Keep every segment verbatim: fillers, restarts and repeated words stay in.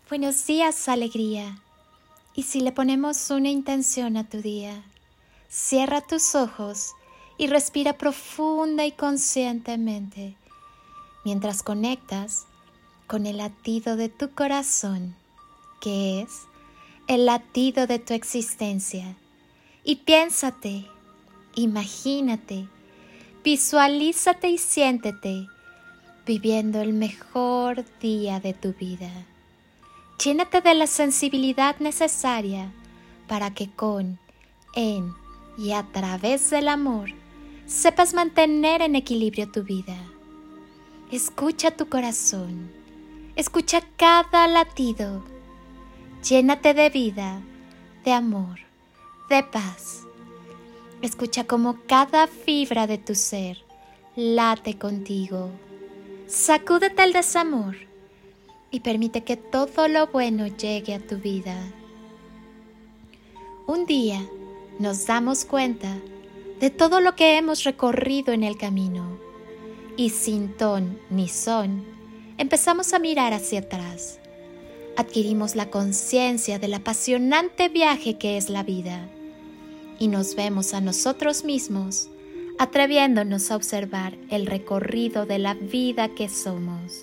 Buenos días, alegría. Y si le ponemos una intención a tu día, cierra tus ojos y respira profunda y conscientemente mientras conectas con el latido de tu corazón, que es el latido de tu existencia. Y piénsate, imagínate, visualízate y siéntete viviendo el mejor día de tu vida. Llénate de la sensibilidad necesaria para que con, en y a través del amor sepas mantener en equilibrio tu vida. Escucha tu corazón, escucha cada latido. Llénate de vida, de amor, de paz. Escucha cómo cada fibra de tu ser late contigo. Sacúdete el desamor y permite que todo lo bueno llegue a tu vida. Un día nos damos cuenta de todo lo que hemos recorrido en el camino y sin ton ni son empezamos a mirar hacia atrás. Adquirimos la conciencia del apasionante viaje que es la vida y nos vemos a nosotros mismos atreviéndonos a observar el recorrido de la vida que somos.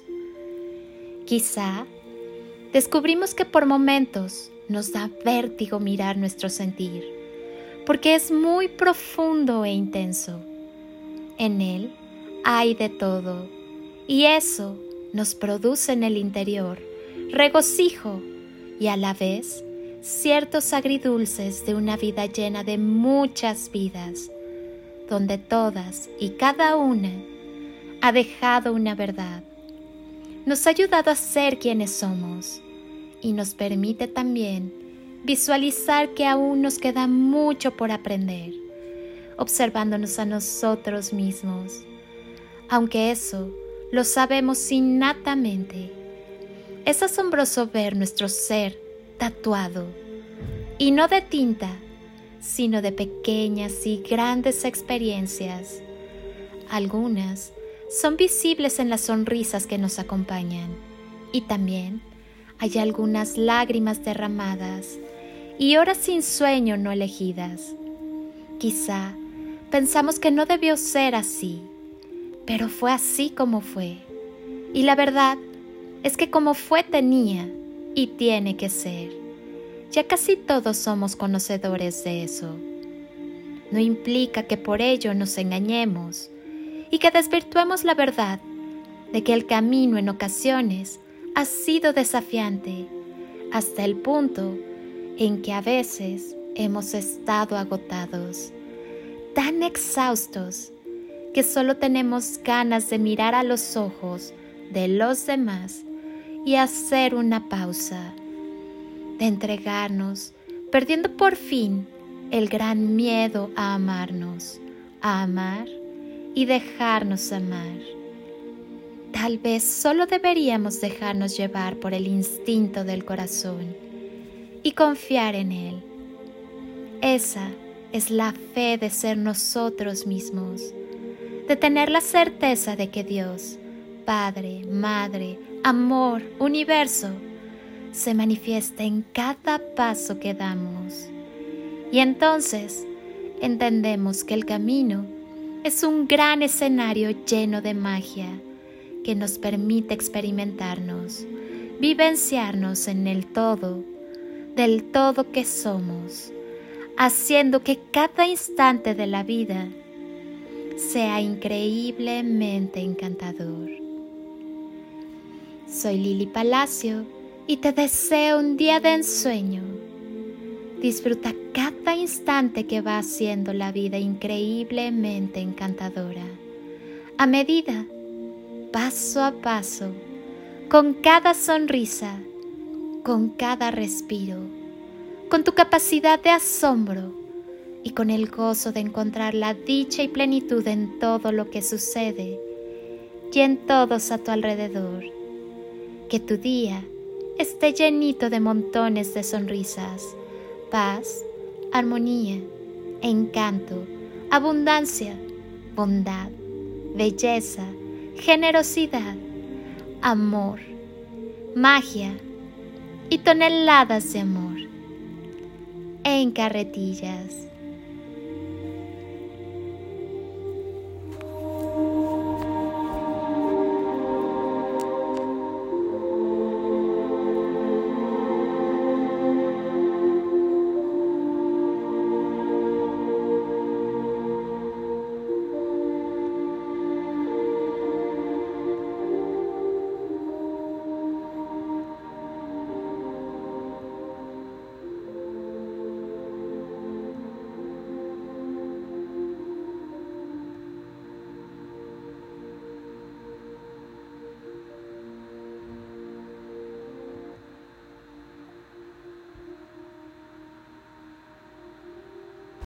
Quizá descubrimos que por momentos nos da vértigo mirar nuestro sentir, porque es muy profundo e intenso. En él hay de todo, y eso nos produce en el interior regocijo y a la vez ciertos agridulces de una vida llena de muchas vidas, donde todas y cada una ha dejado una verdad. Nos ha ayudado a ser quienes somos y nos permite también visualizar que aún nos queda mucho por aprender, observándonos a nosotros mismos, aunque eso lo sabemos innatamente. Es asombroso ver nuestro ser tatuado, y no de tinta, sino de pequeñas y grandes experiencias. Algunas son visibles en las sonrisas que nos acompañan, y también hay algunas lágrimas derramadas y horas sin sueño no elegidas. Quizá pensamos que no debió ser así, pero fue así como fue, y la verdad es que como fue tenía y tiene que ser. Ya casi todos somos conocedores de eso. No implica que por ello nos engañemos y que desvirtuemos la verdad de que el camino en ocasiones ha sido desafiante hasta el punto en que a veces hemos estado agotados, tan exhaustos que solo tenemos ganas de mirar a los ojos de los demás y hacer una pausa, de entregarnos, perdiendo por fin el gran miedo a amarnos, a amar y dejarnos amar. Tal vez solo deberíamos dejarnos llevar por el instinto del corazón y confiar en él. Esa es la fe de ser nosotros mismos, de tener la certeza de que Dios, Padre, Madre, Amor, Universo, se manifiesta en cada paso que damos. Y entonces entendemos que el camino es un gran escenario lleno de magia que nos permite experimentarnos, vivenciarnos en el todo, del todo que somos, haciendo que cada instante de la vida sea increíblemente encantador. Soy Lili Palacio y te deseo un día de ensueño. Disfruta cada instante que va haciendo la vida increíblemente encantadora, a medida, paso a paso, con cada sonrisa, con cada respiro, con tu capacidad de asombro y con el gozo de encontrar la dicha y plenitud en todo lo que sucede y en todos a tu alrededor. Que tu día esté llenito de montones de sonrisas, paz, armonía, encanto, abundancia, bondad, belleza, generosidad, amor, magia y toneladas de amor en carretillas.